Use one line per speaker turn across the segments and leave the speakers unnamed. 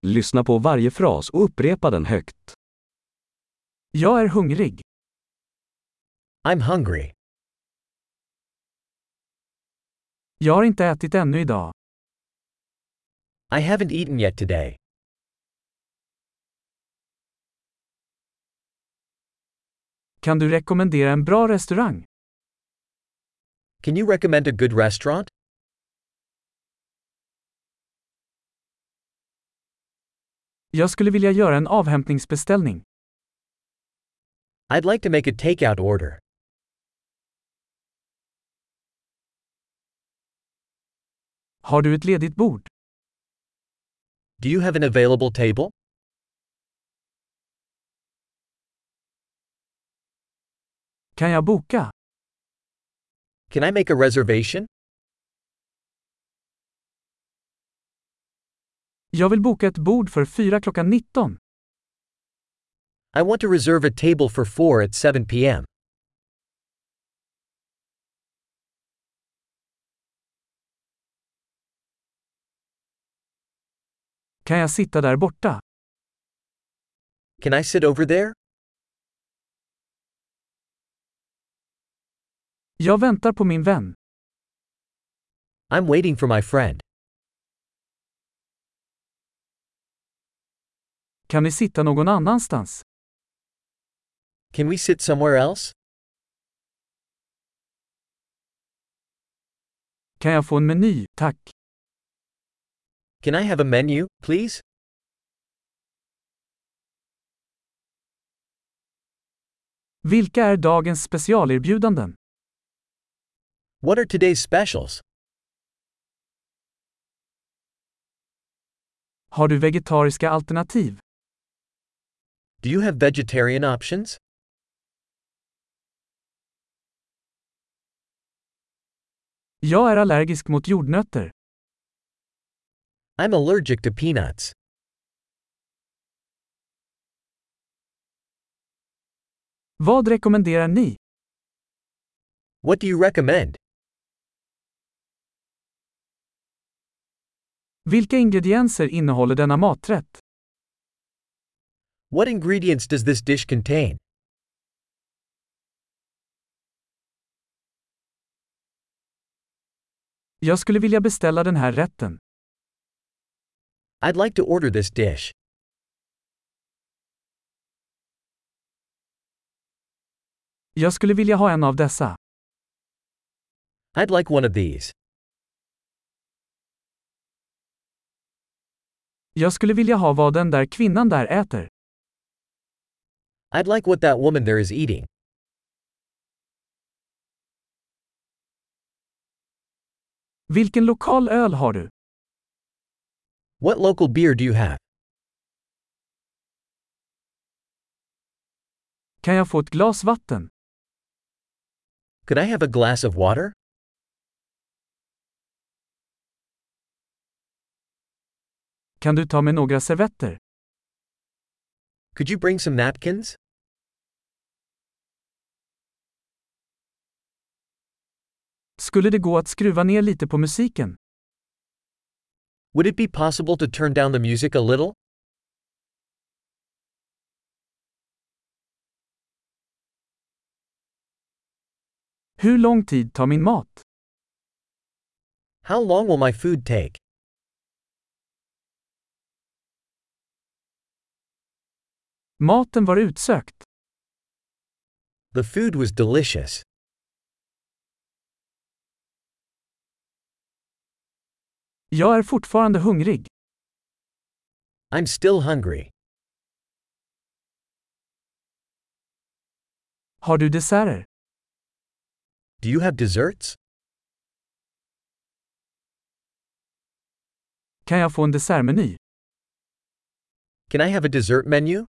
Lyssna på varje fras och upprepa den högt.
Jag är hungrig.
I'm hungry.
Jag har inte ätit ännu idag.
I haven't eaten yet today.
Kan du rekommendera en bra restaurang?
Can you recommend a good restaurant?
Jag skulle vilja göra en avhämtningsbeställning.
I'd like to make a takeout order.
Har du ett ledigt bord?
Do you have an available table?
Kan jag boka?
Can I make a reservation?
Jag vill boka ett bord för 4 klockan 19.
I want to reserve a table for 4 at 7 p.m.
Kan jag sitta där borta?
Can I sit over there?
Jag väntar på min vän.
I'm waiting for my friend.
Kan vi sitta någon annanstans?
Can we sit somewhere else?
Kan jag få en meny, tack?
Can I have a menu, please?
Vilka är dagens specialerbjudanden?
What are today's specials?
Har du vegetariska alternativ?
Do you have vegetarian options?
Jag är allergisk mot jordnötter.
I'm allergic to peanuts.
Vad rekommenderar ni?
What do you recommend?
Vilka ingredienser innehåller denna maträtt?
What ingredients does this dish contain?
Jag skulle vilja beställa den här rätten.
I'd like to order this dish.
Jag skulle vilja ha en av dessa.
I'd like one of these.
Jag skulle vilja ha vad den där kvinnan där äter.
I'd like what that woman there is eating.
Vilken lokal öl har du?
What local beer do you have?
Kan jag få ett glas vatten?
Could I have a glass of water?
Kan du ta med några servetter?
Could you bring some napkins?
Skulle det gå att skruva ner lite på musiken?
Would it be possible to turn down the music a little?
Hur lång tid tar min mat?
How long will my food take?
Maten var utsökt.
The food was delicious.
Jag är fortfarande hungrig.
I'm still hungry.
Har du desserter?
Do you have desserts?
Kan jag få en dessertmeny?
Can I have a dessert menu?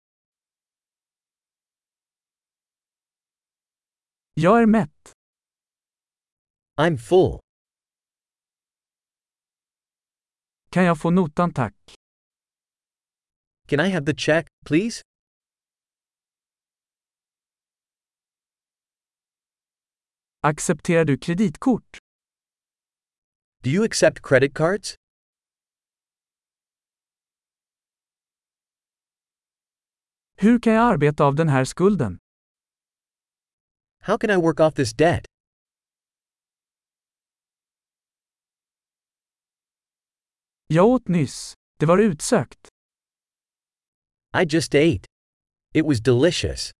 Jag är mätt.
I'm full.
Kan jag få notan, tack?
Can I have the check, please?
Accepterar du kreditkort?
Do you accept credit cards?
Hur kan jag arbeta av den här skulden?
How can I work off this debt?
Jag åt nyss. Det var utsökt.
I just ate. It was delicious.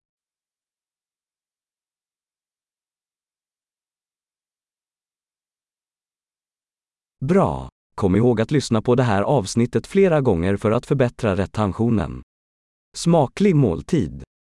Bra! Kom ihåg att lyssna på det här avsnittet flera gånger för att förbättra retentionen. Smaklig måltid!